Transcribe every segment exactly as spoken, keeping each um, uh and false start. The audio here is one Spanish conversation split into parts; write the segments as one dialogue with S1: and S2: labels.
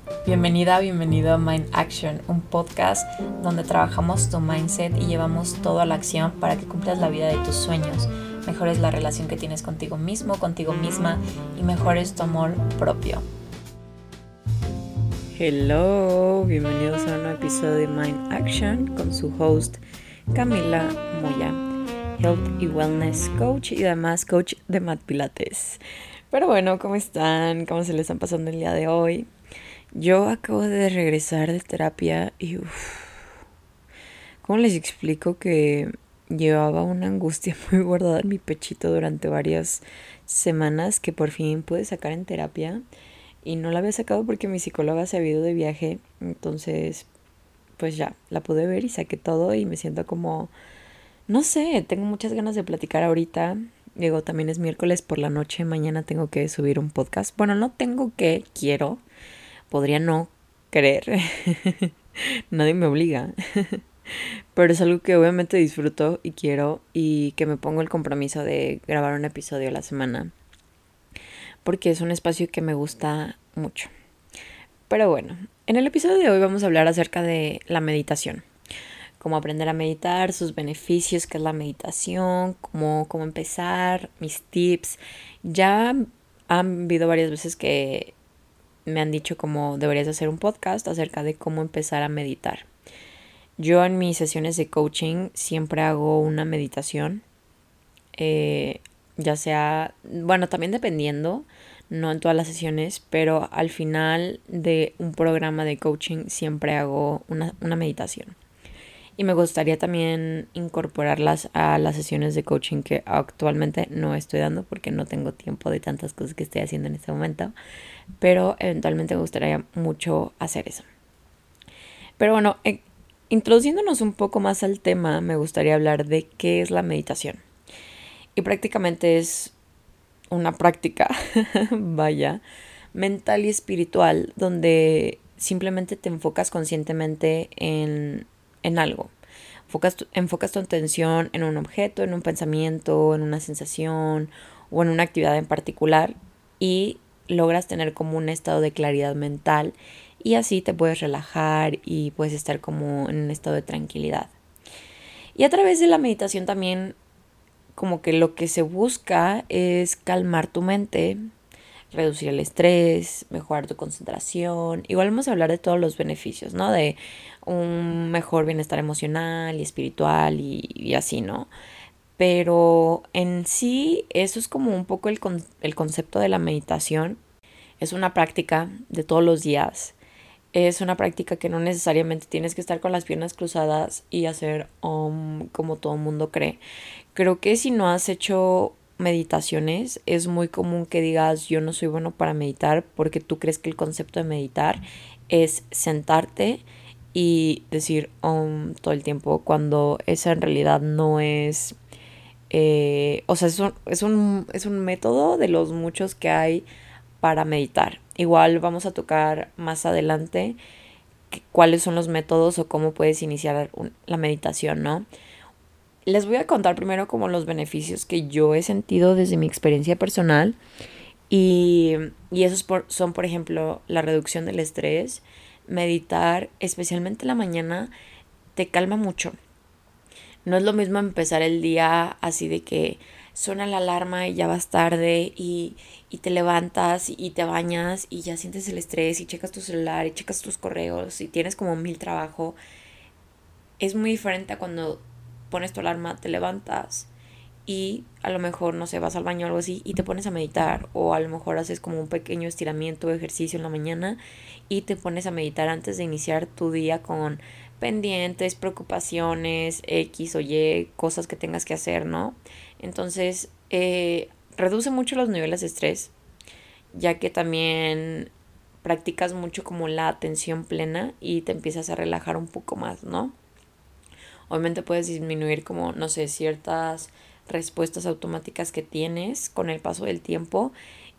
S1: Bienvenida, bienvenido a Mind Action, un podcast donde trabajamos tu mindset y llevamos todo a la acción para que cumplas la vida de tus sueños, mejores la relación que tienes contigo mismo, contigo misma y mejores tu amor propio.
S2: Hello, bienvenidos a un nuevo episodio de Mind Action con su host Camila Moya, Health y Wellness Coach y además coach de Mat Pilates. Pero bueno, ¿cómo están? ¿Cómo se les están pasando el día de hoy? Yo acabo de regresar de terapia y uff, ¿cómo les explico que llevaba una angustia muy guardada en mi pechito durante varias semanas que por fin pude sacar en terapia? Y no la había sacado porque mi psicóloga se había ido de viaje, entonces pues ya, la pude ver y saqué todo y me siento como, no sé, tengo muchas ganas de platicar ahorita. Digo, también es miércoles por la noche, mañana tengo que subir un podcast. Bueno, no tengo que, quiero, podría no querer, nadie me obliga, pero es algo que obviamente disfruto y quiero y que me pongo el compromiso de grabar un episodio a la semana, porque es un espacio que me gusta mucho. Pero bueno, en el episodio de hoy vamos a hablar acerca de la meditación. Cómo aprender a meditar, sus beneficios, qué es la meditación, cómo, cómo empezar, mis tips. Ya han habido varias veces que me han dicho cómo deberías hacer un podcast acerca de cómo empezar a meditar. Yo en mis sesiones de coaching siempre hago una meditación. Eh, ya sea, bueno, también dependiendo, no en todas las sesiones, pero al final de un programa de coaching siempre hago una, una meditación. Y me gustaría también incorporarlas a las sesiones de coaching que actualmente no estoy dando porque no tengo tiempo de tantas cosas que estoy haciendo en este momento. Pero eventualmente me gustaría mucho hacer eso. Pero bueno, eh, introduciéndonos un poco más al tema, me gustaría hablar de qué es la meditación. Y prácticamente es una práctica, vaya, mental y espiritual, donde simplemente te enfocas conscientemente en, en algo. Enfocas tu, enfocas tu atención en un objeto, en un pensamiento, en una sensación o en una actividad en particular y logras tener como un estado de claridad mental y así te puedes relajar y puedes estar como en un estado de tranquilidad. Y a través de la meditación también como que lo que se busca es calmar tu mente, reducir el estrés, mejorar tu concentración. Igual vamos a hablar de todos los beneficios, ¿no? De un mejor bienestar emocional y espiritual y, y así, ¿no? Pero en sí eso es como un poco el, con, el concepto de la meditación. Es una práctica de todos los días. Es una práctica que no necesariamente tienes que estar con las piernas cruzadas y hacer um, como todo el mundo cree. Creo que si no has hecho meditaciones, es muy común que digas yo no soy bueno para meditar porque tú crees que el concepto de meditar es sentarte y decir um, todo el tiempo cuando esa en realidad no es... Eh, o sea, es un, es, un, es un método de los muchos que hay para meditar. Igual vamos a tocar más adelante cuáles son los métodos o cómo puedes iniciar un, la meditación, ¿no? Les voy a contar primero como los beneficios que yo he sentido desde mi experiencia personal y, y esos por, son, por ejemplo, la reducción del estrés, meditar, especialmente en la mañana, te calma mucho. No es lo mismo empezar el día así de que suena la alarma y ya vas tarde y, y te levantas y te bañas y ya sientes el estrés y checas tu celular y checas tus correos y tienes como mil trabajo. Es muy diferente a cuando pones tu alarma, te levantas y a lo mejor, no sé, vas al baño o algo así y te pones a meditar o a lo mejor haces como un pequeño estiramiento o ejercicio en la mañana y te pones a meditar antes de iniciar tu día con pendientes, preocupaciones, X o Y, cosas que tengas que hacer, ¿no? Entonces, eh, reduce mucho los niveles de estrés, ya que también practicas mucho como la atención plena y te empiezas a relajar un poco más, ¿no? Obviamente puedes disminuir como, no sé, ciertas respuestas automáticas que tienes con el paso del tiempo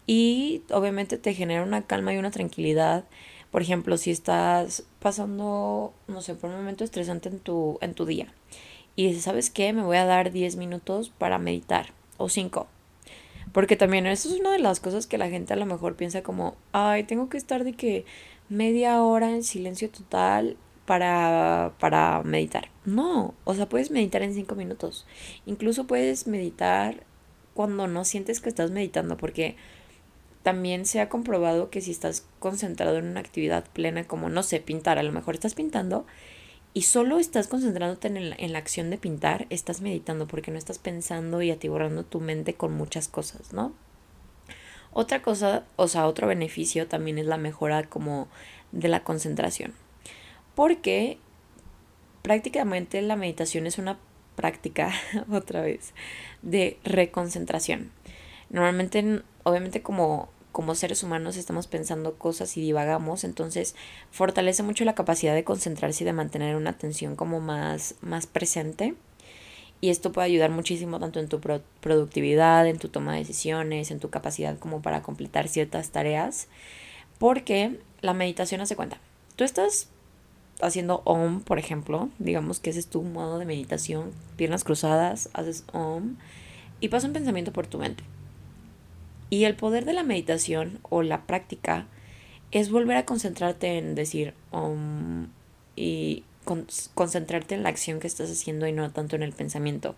S2: y obviamente te genera una calma y una tranquilidad. Por ejemplo, si estás pasando, no sé, por un momento estresante en tu, en tu día y dices, ¿sabes qué? Me voy a dar diez minutos para meditar o cinco. Porque también eso es una de las cosas que la gente a lo mejor piensa como, ay, tengo que estar de que media hora en silencio total para, para meditar. No, o sea, puedes meditar en cinco minutos. Incluso puedes meditar cuando no sientes que estás meditando, porque también se ha comprobado que si estás concentrado en una actividad plena, como no sé, pintar, a lo mejor estás pintando y solo estás concentrándote en la, en la acción de pintar, estás meditando porque no estás pensando y atiborrando tu mente con muchas cosas, ¿no? Otra cosa, o sea, otro beneficio también es la mejora como de la concentración, porque prácticamente la meditación es una práctica, otra vez, de reconcentración. Normalmente, obviamente como, como seres humanos estamos pensando cosas y divagamos, entonces fortalece mucho la capacidad de concentrarse y de mantener una atención como más, más presente. Y esto puede ayudar muchísimo tanto en tu pro- productividad, en tu toma de decisiones, en tu capacidad como para completar ciertas tareas. Porque la meditación hace cuenta. Tú estás haciendo Om, por ejemplo. Digamos que ese es tu modo de meditación. Piernas cruzadas, haces Om. Y pasa un pensamiento por tu mente. Y el poder de la meditación o la práctica es volver a concentrarte en decir Om y con- concentrarte en la acción que estás haciendo y no tanto en el pensamiento.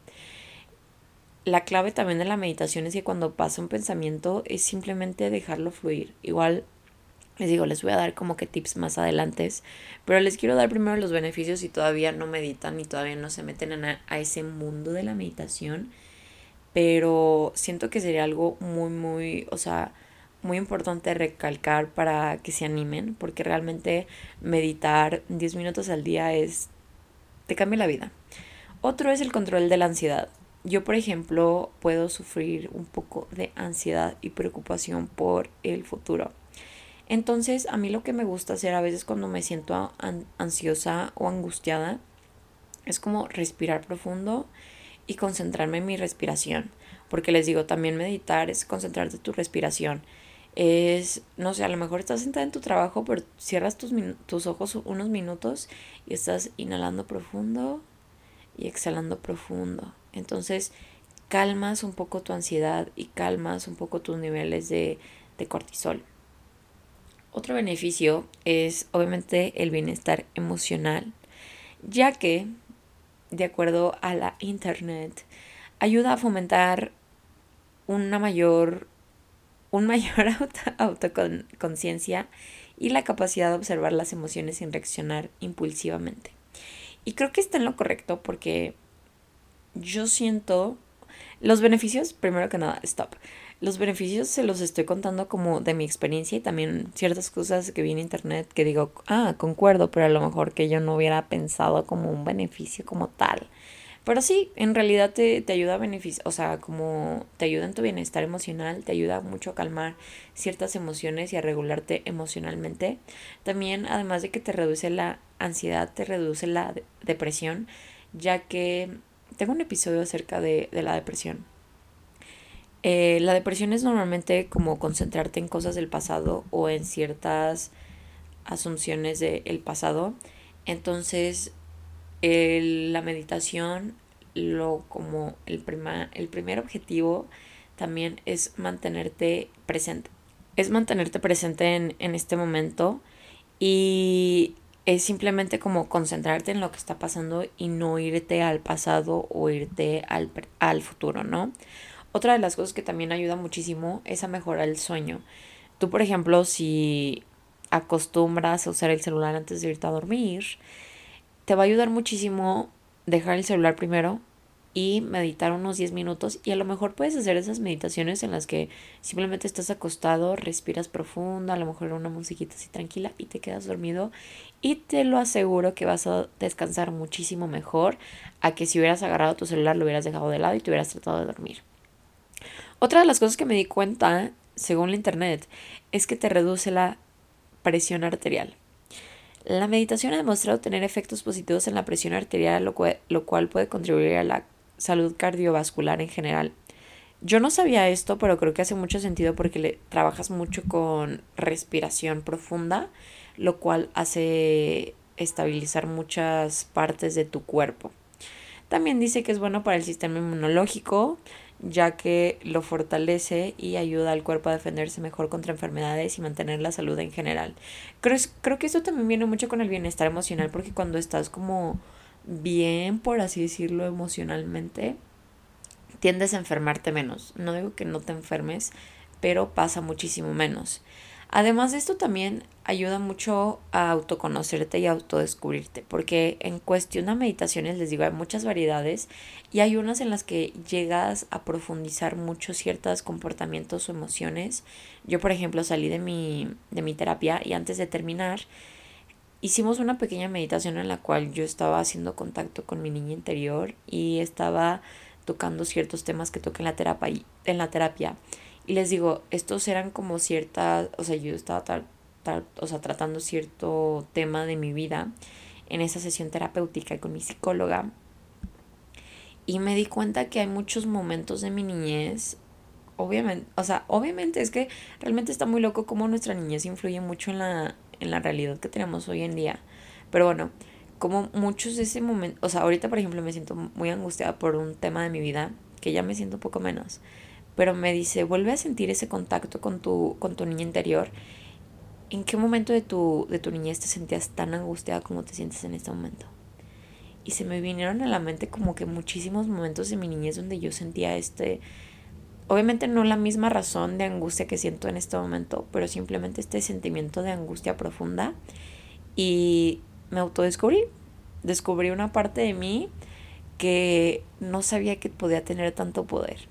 S2: La clave también de la meditación es que cuando pasa un pensamiento es simplemente dejarlo fluir. Igual les digo, les voy a dar como que tips más adelante, pero les quiero dar primero los beneficios si todavía no meditan y todavía no se meten a, a ese mundo de la meditación. Pero siento que sería algo muy, muy, o sea, muy importante recalcar para que se animen, porque realmente meditar diez minutos al día es, te cambia la vida. Otro es el control de la ansiedad. Yo, por ejemplo, puedo sufrir un poco de ansiedad y preocupación por el futuro. Entonces, a mí lo que me gusta hacer a veces cuando me siento ansiosa o angustiada es como respirar profundo y concentrarme en mi respiración. Porque les digo, también meditar es concentrarte en tu respiración. Es, no sé, a lo mejor estás sentada en tu trabajo, pero cierras tus, tus ojos unos minutos y estás inhalando profundo y exhalando profundo. Entonces, calmas un poco tu ansiedad y calmas un poco tus niveles de, de cortisol. Otro beneficio es obviamente el bienestar emocional, ya que, de acuerdo a la internet, ayuda a fomentar una mayor, un mayor autoconciencia y la capacidad de observar las emociones sin reaccionar impulsivamente. Y creo que está en lo correcto porque yo siento los beneficios, primero que nada, stop. Los beneficios se los estoy contando como de mi experiencia y también ciertas cosas que vi en internet que digo, ah, concuerdo, pero a lo mejor que yo no hubiera pensado como un beneficio como tal. Pero sí, en realidad te, te ayuda a beneficiar, o sea, como te ayuda en tu bienestar emocional, te ayuda mucho a calmar ciertas emociones y a regularte emocionalmente. También, además de que te reduce la ansiedad, te reduce la de- depresión, ya que tengo un episodio acerca de, de la depresión. Eh, la depresión es normalmente como concentrarte en cosas del pasado o en ciertas asunciones del pasado. Entonces, el- la meditación, lo como el, prima, el primer objetivo también es mantenerte presente. Es mantenerte presente en, en este momento y es simplemente como concentrarte en lo que está pasando y no irte al pasado o irte al, al futuro, ¿no? Otra de las cosas que también ayuda muchísimo es a mejorar el sueño. Tú, por ejemplo, si acostumbras a usar el celular antes de irte a dormir, te va a ayudar muchísimo dejar el celular primero y meditar unos diez minutos y a lo mejor puedes hacer esas meditaciones en las que simplemente estás acostado, respiras profundo, a lo mejor una musiquita así tranquila y te quedas dormido y te lo aseguro que vas a descansar muchísimo mejor a que si hubieras agarrado tu celular, lo hubieras dejado de lado y te hubieras tratado de dormir. Otra de las cosas que me di cuenta, según la internet, es que te reduce la presión arterial. La meditación ha demostrado tener efectos positivos en la presión arterial, lo cual, lo cual puede contribuir a la salud cardiovascular en general. Yo no sabía esto, pero creo que hace mucho sentido porque le trabajas mucho con respiración profunda, lo cual hace estabilizar muchas partes de tu cuerpo. También dice que es bueno para el sistema inmunológico, ya que lo fortalece y ayuda al cuerpo a defenderse mejor contra enfermedades y mantener la salud en general. Creo, creo que esto también viene mucho con el bienestar emocional, porque cuando estás como bien, por así decirlo, emocionalmente, tiendes a enfermarte menos. No digo que no te enfermes, pero pasa muchísimo menos. Además de esto también ayuda mucho a autoconocerte y a autodescubrirte, porque en cuestión a meditaciones, les digo, hay muchas variedades y hay unas en las que llegas a profundizar mucho ciertos comportamientos o emociones. Yo, por ejemplo, salí de mi, de mi terapia y antes de terminar hicimos una pequeña meditación en la cual yo estaba haciendo contacto con mi niña interior y estaba tocando ciertos temas que toqué en la terapia, en la terapia. Y les digo, estos eran como ciertas, o sea, yo estaba tal, tal, o sea, tratando cierto tema de mi vida en esa sesión terapéutica con mi psicóloga. Y me di cuenta que hay muchos momentos de mi niñez, obviamente, o sea, obviamente es que realmente está muy loco cómo nuestra niñez influye mucho en la, en la realidad que tenemos hoy en día. Pero bueno, como muchos de ese momento, o sea, ahorita por ejemplo me siento muy angustiada por un tema de mi vida, que ya me siento un poco menos. Pero me dice, vuelve a sentir ese contacto con tu, con tu niña interior. ¿En qué momento de tu, de tu niñez te sentías tan angustiada como te sientes en este momento? Y se me vinieron a la mente como que muchísimos momentos de mi niñez donde yo sentía este, obviamente no la misma razón de angustia que siento en este momento, pero simplemente este sentimiento de angustia profunda. Y me autodescubrí, descubrí una parte de mí que no sabía que podía tener tanto poder.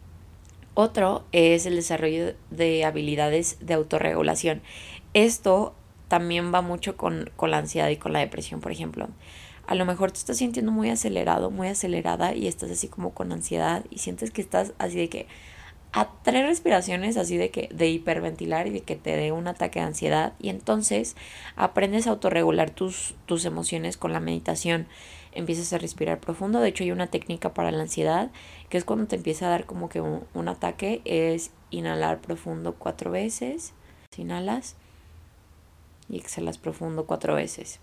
S2: Otro es el desarrollo de habilidades de autorregulación. Esto también va mucho con, con la ansiedad y con la depresión, por ejemplo. A lo mejor te estás sintiendo muy acelerado, muy acelerada y estás así como con ansiedad y sientes que estás así de que a tres respiraciones así de que de hiperventilar y de que te dé un ataque de ansiedad, y entonces aprendes a autorregular tus, tus emociones con la meditación. Empiezas a respirar profundo. De hecho hay una técnica para la ansiedad que es cuando te empieza a dar como que un, un ataque, es inhalar profundo cuatro veces, inhalas y exhalas profundo cuatro veces.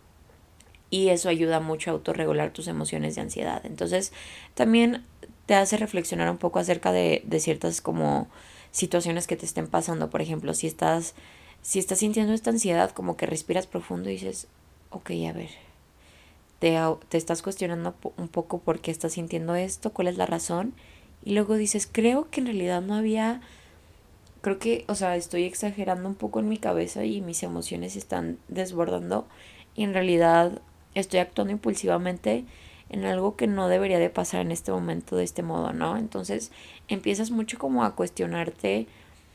S2: Y eso ayuda mucho a autorregular tus emociones de ansiedad. Entonces también te hace reflexionar un poco acerca de, de ciertas como situaciones que te estén pasando. Por ejemplo, si estás, si estás sintiendo esta ansiedad, como que respiras profundo y dices, ok, a ver, te, te estás cuestionando un poco por qué estás sintiendo esto, cuál es la razón. Y luego dices, creo que en realidad no había, creo que, o sea, estoy exagerando un poco en mi cabeza y mis emociones se están desbordando. Y en realidad estoy actuando impulsivamente en algo que no debería de pasar en este momento de este modo, ¿no? Entonces empiezas mucho como a cuestionarte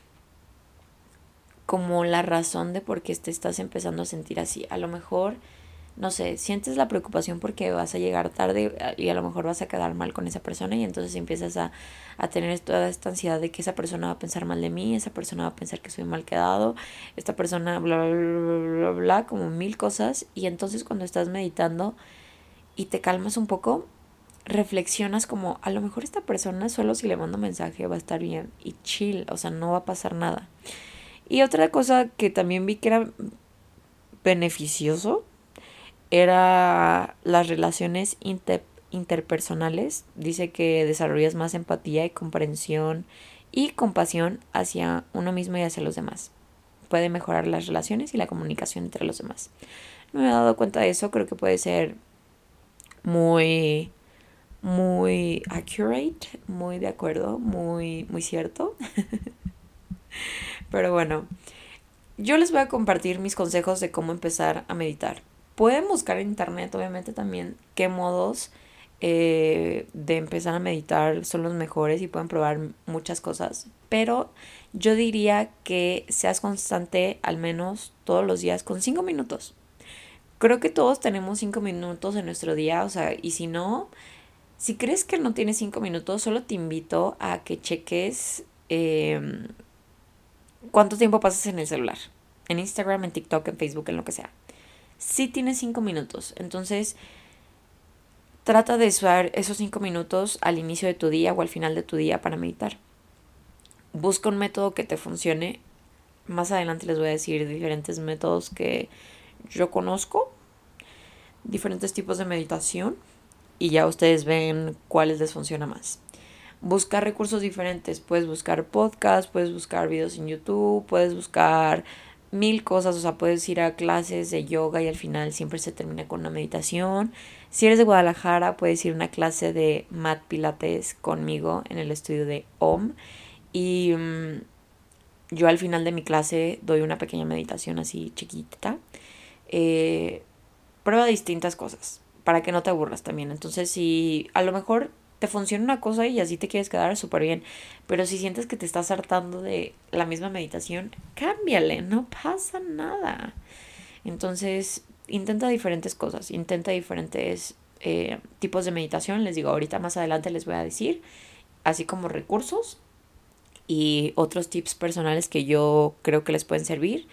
S2: como la razón de por qué te estás empezando a sentir así. A lo mejor, no sé, sientes la preocupación porque vas a llegar tarde y a lo mejor vas a quedar mal con esa persona y entonces empiezas a, a tener toda esta ansiedad de que esa persona va a pensar mal de mí, esa persona va a pensar que soy mal quedado, esta persona bla bla bla bla, bla como mil cosas. Y entonces cuando estás meditando y te calmas un poco, reflexionas como a lo mejor esta persona solo si le mando mensaje va a estar bien y chill, o sea, no va a pasar nada. Y otra cosa que también vi que era beneficioso era las relaciones inter, interpersonales. Dice que desarrollas más empatía y comprensión y compasión hacia uno mismo y hacia los demás. Puede mejorar las relaciones y la comunicación entre los demás. No me he dado cuenta de eso, creo que puede ser muy, muy accurate, muy de acuerdo, muy, muy cierto. Pero bueno, yo les voy a compartir mis consejos de cómo empezar a meditar. Pueden buscar en internet, obviamente, también qué modos eh, de empezar a meditar son los mejores y pueden probar muchas cosas. Pero yo diría que seas constante al menos todos los días con cinco minutos. Creo que todos tenemos cinco minutos en nuestro día, o sea, y si no, si crees que no tienes cinco minutos, solo te invito a que cheques eh, cuánto tiempo pasas en el celular, en Instagram, en TikTok, en Facebook, en lo que sea. Si tienes cinco minutos, entonces trata de usar esos cinco minutos al inicio de tu día o al final de tu día para meditar. Busca un método que te funcione. Más adelante les voy a decir diferentes métodos que yo conozco, diferentes tipos de meditación, y ya ustedes ven cuáles les funciona más. buscar recursos diferentes. Puedes buscar podcasts, puedes buscar videos en YouTube, puedes buscar mil cosas. O sea, puedes ir a clases de yoga y al final siempre se termina con una meditación. Si eres de Guadalajara, puedes ir a una clase de Mat Pilates conmigo en el estudio de O M. Y um, yo al final de mi clase doy una pequeña meditación así chiquita. Eh, prueba distintas cosas para que no te aburras también. Entonces, si a lo mejor te funciona una cosa y así te quieres quedar, súper bien. Pero si sientes que te estás hartando de la misma meditación, cámbiale, no pasa nada. Entonces, intenta diferentes cosas, intenta diferentes eh, tipos de meditación. Les digo, ahorita más adelante les voy a decir, así como recursos y otros tips personales que yo creo que les pueden servir.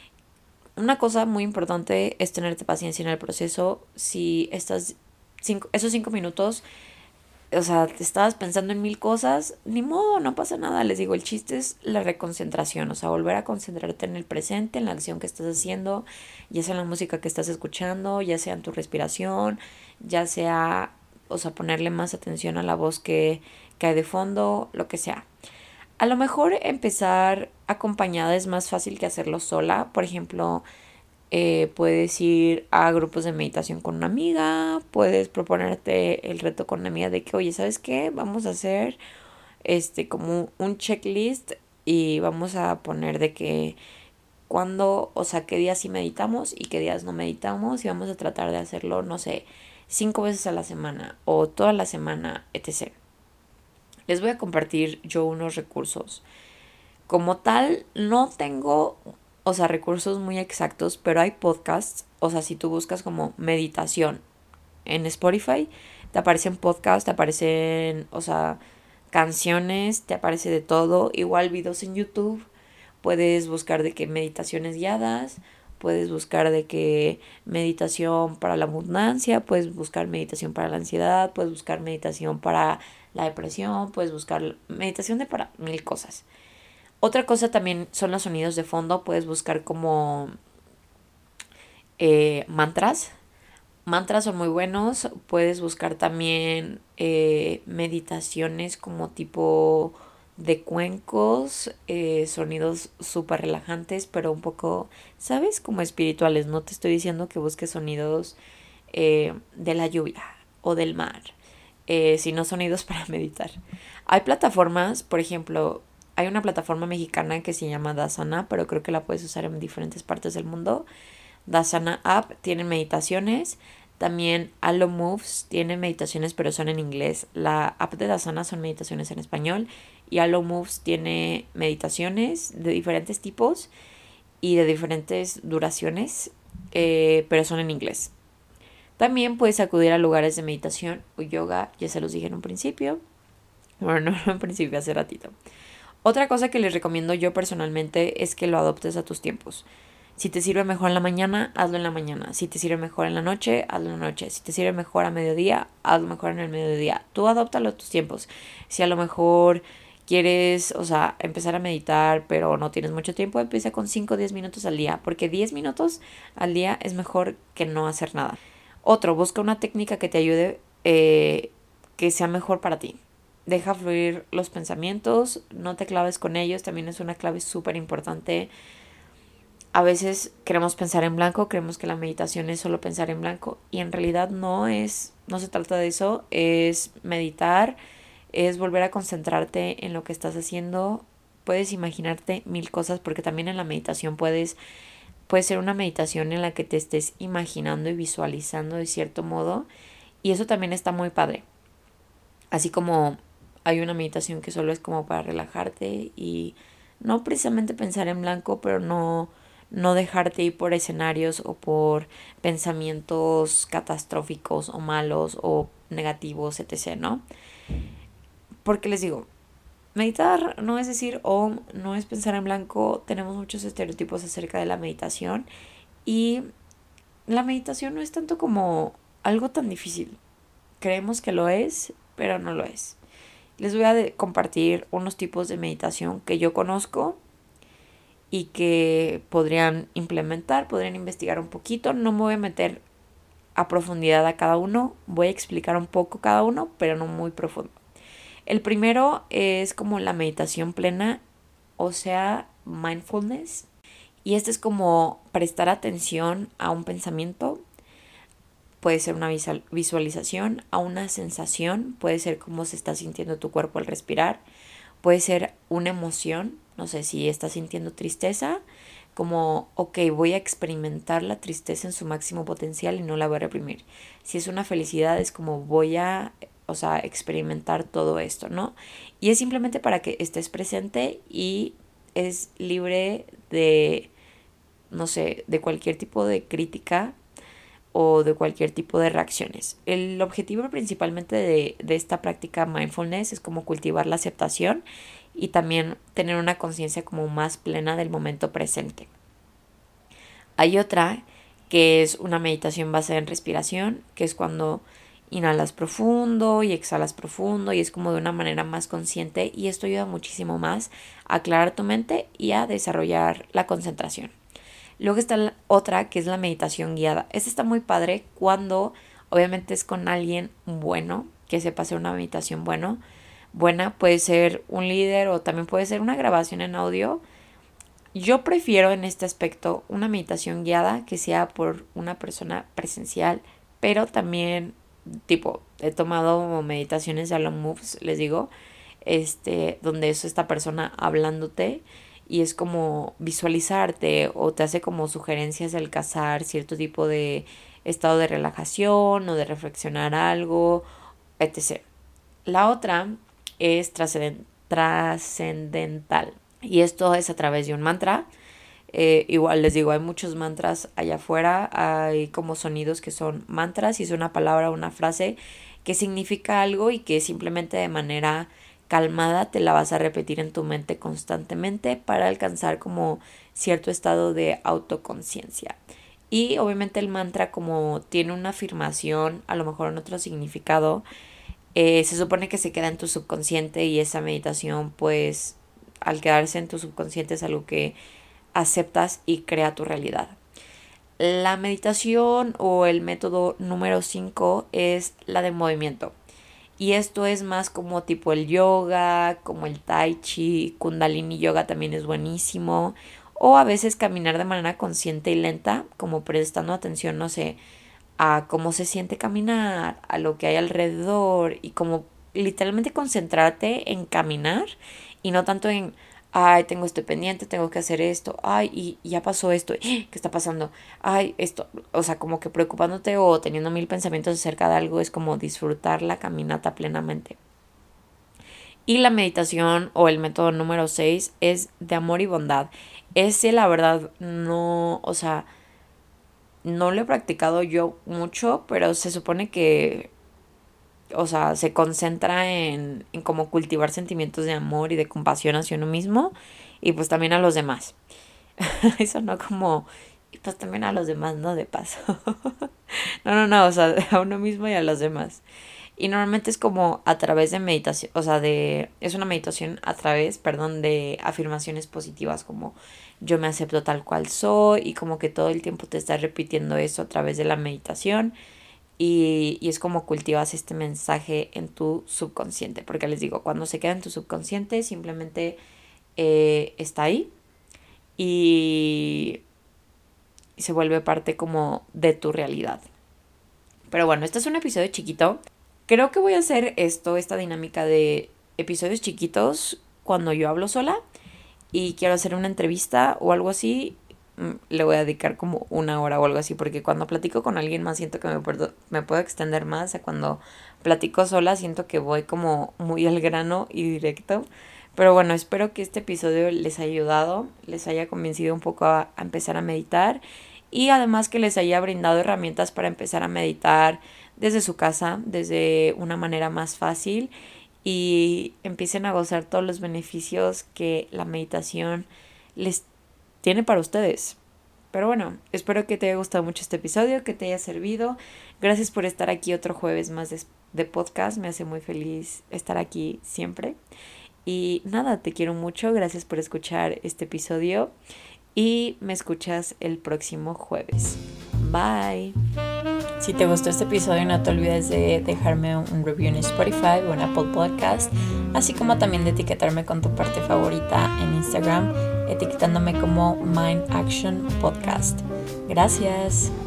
S2: Una cosa muy importante es tenerte paciencia en el proceso. Si estás cinco, esos cinco minutos, o sea, te estabas pensando en mil cosas, ni modo, no pasa nada. Les digo, el chiste es la reconcentración, o sea, volver a concentrarte en el presente, en la acción que estás haciendo, ya sea en la música que estás escuchando, ya sea en tu respiración, ya sea, o sea, ponerle más atención a la voz que, que hay de fondo, lo que sea. A lo mejor empezar acompañada es más fácil que hacerlo sola. Por ejemplo, eh, puedes ir a grupos de meditación con una amiga, puedes proponerte el reto con una amiga de que, oye, ¿sabes qué? Vamos a hacer este como un checklist y vamos a poner de que cuándo, o sea, qué días sí meditamos y qué días no meditamos y vamos a tratar de hacerlo, no sé, cinco veces a la semana o toda la semana, etcétera. Les voy a compartir yo unos recursos. Como tal, no tengo, o sea, recursos muy exactos, pero hay podcasts. O sea, si tú buscas como meditación en Spotify, te aparecen podcasts, te aparecen, o sea, canciones, te aparece de todo. Igual videos en YouTube. Puedes buscar de que meditaciones guiadas, puedes buscar de que meditación para la abundancia, puedes buscar meditación para la ansiedad, puedes buscar meditación para la depresión, puedes buscar meditación de para mil cosas. Otra cosa también son los sonidos de fondo, puedes buscar como eh, mantras. Mantras son muy buenos, puedes buscar también eh, meditaciones como tipo de cuencos, eh, sonidos súper relajantes, pero un poco, ¿sabes? Como espirituales. No te estoy diciendo que busques sonidos eh, de la lluvia o del mar, eh, sino sonidos para meditar. Hay plataformas, por ejemplo, hay una plataforma mexicana que se llama Dasana, pero creo que la puedes usar en diferentes partes del mundo. Dasana App tiene meditaciones. También Allo Moves tiene meditaciones, pero son en inglés. La app de Dasana son meditaciones en español. Y Allo Moves tiene meditaciones de diferentes tipos y de diferentes duraciones, eh, pero son en inglés. También puedes acudir a lugares de meditación o yoga, ya se los dije en un principio. Bueno, no en un principio, hace ratito. Otra cosa que les recomiendo yo personalmente es que lo adoptes a tus tiempos. Si te sirve mejor en la mañana, hazlo en la mañana. Si te sirve mejor en la noche, hazlo en la noche. Si te sirve mejor a mediodía, hazlo mejor en el mediodía. Tú adóptalo a tus tiempos. Si a lo mejor quieres, o sea, empezar a meditar, pero no tienes mucho tiempo, empieza con cinco o diez minutos al día. Porque diez minutos al día es mejor que no hacer nada. Otro, busca una técnica que te ayude, eh, que sea mejor para ti. Deja fluir los pensamientos, no te claves con ellos. También es una clave súper importante. A veces queremos pensar en blanco, creemos que la meditación es solo pensar en blanco y en realidad no es, no se trata de eso, es meditar, es volver a concentrarte en lo que estás haciendo. Puedes imaginarte mil cosas porque también en la meditación puedes, puede ser una meditación en la que te estés imaginando y visualizando de cierto modo y eso también está muy padre. Así como hay una meditación que solo es como para relajarte y no precisamente pensar en blanco, pero no... no dejarte ir por escenarios o por pensamientos catastróficos o malos o negativos, etcétera, ¿no? Porque les digo, meditar no es decir om, no es pensar en blanco. Tenemos muchos estereotipos acerca de la meditación y la meditación no es tanto como algo tan difícil. Creemos que lo es, pero no lo es. Les voy a de- compartir unos tipos de meditación que yo conozco y que podrían implementar, podrían investigar un poquito. No me voy a meter a profundidad a cada uno, voy a explicar un poco cada uno, pero no muy profundo. El primero es como la meditación plena, o sea, mindfulness. Y este es como prestar atención a un pensamiento, puede ser una visualización, a una sensación, puede ser cómo se está sintiendo tu cuerpo al respirar, puede ser una emoción, no sé si estás sintiendo tristeza, como, ok, voy a experimentar la tristeza en su máximo potencial y no la voy a reprimir. Si es una felicidad, es como voy a, o sea, experimentar todo esto, ¿no? Y es simplemente para que estés presente y es libre de, no sé, de cualquier tipo de crítica o de cualquier tipo de reacciones. El objetivo principalmente de, de esta práctica mindfulness es como cultivar la aceptación y también tener una conciencia como más plena del momento presente. Hay otra que es una meditación basada en respiración, que es cuando inhalas profundo y exhalas profundo y es como de una manera más consciente y esto ayuda muchísimo más a aclarar tu mente y a desarrollar la concentración. Luego está la otra que es la meditación guiada. Esta está muy padre cuando obviamente es con alguien bueno, que sepa hacer una meditación bueno, buena. Puede ser un líder o también puede ser una grabación en audio. Yo prefiero en este aspecto una meditación guiada que sea por una persona presencial, pero también tipo he tomado meditaciones de Alon Moves, les digo, este, donde es esta persona hablándote y es como visualizarte o te hace como sugerencias de alcanzar cierto tipo de estado de relajación o de reflexionar algo, etcétera. La otra es trascendental y esto es a través de un mantra. Eh, igual les digo, hay muchos mantras allá afuera, hay como sonidos que son mantras y es una palabra o una frase que significa algo y que simplemente de manera calmada te la vas a repetir en tu mente constantemente para alcanzar como cierto estado de autoconciencia. Y obviamente el mantra como tiene una afirmación, a lo mejor en otro significado, eh, se supone que se queda en tu subconsciente y esa meditación pues al quedarse en tu subconsciente es algo que aceptas y crea tu realidad. La meditación o el método número cinco es la de movimiento. Y esto es más como tipo el yoga, como el tai chi, kundalini yoga también es buenísimo. O a veces caminar de manera consciente y lenta, como prestando atención, no sé, a cómo se siente caminar, a lo que hay alrededor y como literalmente concentrarte en caminar y no tanto en, ay, tengo este pendiente, tengo que hacer esto, ay, y, y ya pasó esto, ¿qué está pasando? Ay, esto, o sea, como que preocupándote o teniendo mil pensamientos acerca de algo es como disfrutar la caminata plenamente. Y la meditación o el método número seis es de amor y bondad. Ese, la verdad, no, o sea, no lo he practicado yo mucho, pero se supone que, o sea, se concentra en, en cómo cultivar sentimientos de amor y de compasión hacia uno mismo y pues también a los demás. Eso no como, y pues también a los demás, ¿no? De paso. No, no, no, o sea, a uno mismo y a los demás. Y normalmente es como a través de meditación, o sea, de, es una meditación a través, perdón, de afirmaciones positivas como yo me acepto tal cual soy y como que todo el tiempo te estás repitiendo eso a través de la meditación y, y es como cultivas este mensaje en tu subconsciente, porque les digo, cuando se queda en tu subconsciente simplemente eh, está ahí y, y se vuelve parte como de tu realidad. Pero bueno, este es un episodio chiquito. Creo que voy a hacer esto, esta dinámica de episodios chiquitos cuando yo hablo sola y quiero hacer una entrevista o algo así, le voy a dedicar como una hora o algo así, porque cuando platico con alguien más siento que me puedo, me puedo extender más, a cuando platico sola siento que voy como muy al grano y directo. Pero bueno, espero que este episodio les haya ayudado, les haya convencido un poco a, a empezar a meditar y además que les haya brindado herramientas para empezar a meditar desde su casa, desde una manera más fácil y empiecen a gozar todos los beneficios que la meditación les tiene para ustedes. Pero bueno, espero que te haya gustado mucho este episodio, que te haya servido. Gracias por estar aquí otro jueves más de, de podcast. Me hace muy feliz estar aquí siempre. Y nada, te quiero mucho. Gracias por escuchar este episodio. Y me escuchas el próximo jueves. Bye.
S1: Si te gustó este episodio, no te olvides de dejarme un review en Spotify o en Apple Podcast, así como también de etiquetarme con tu parte favorita en Instagram, etiquetándome como Mind Action Podcast. Gracias.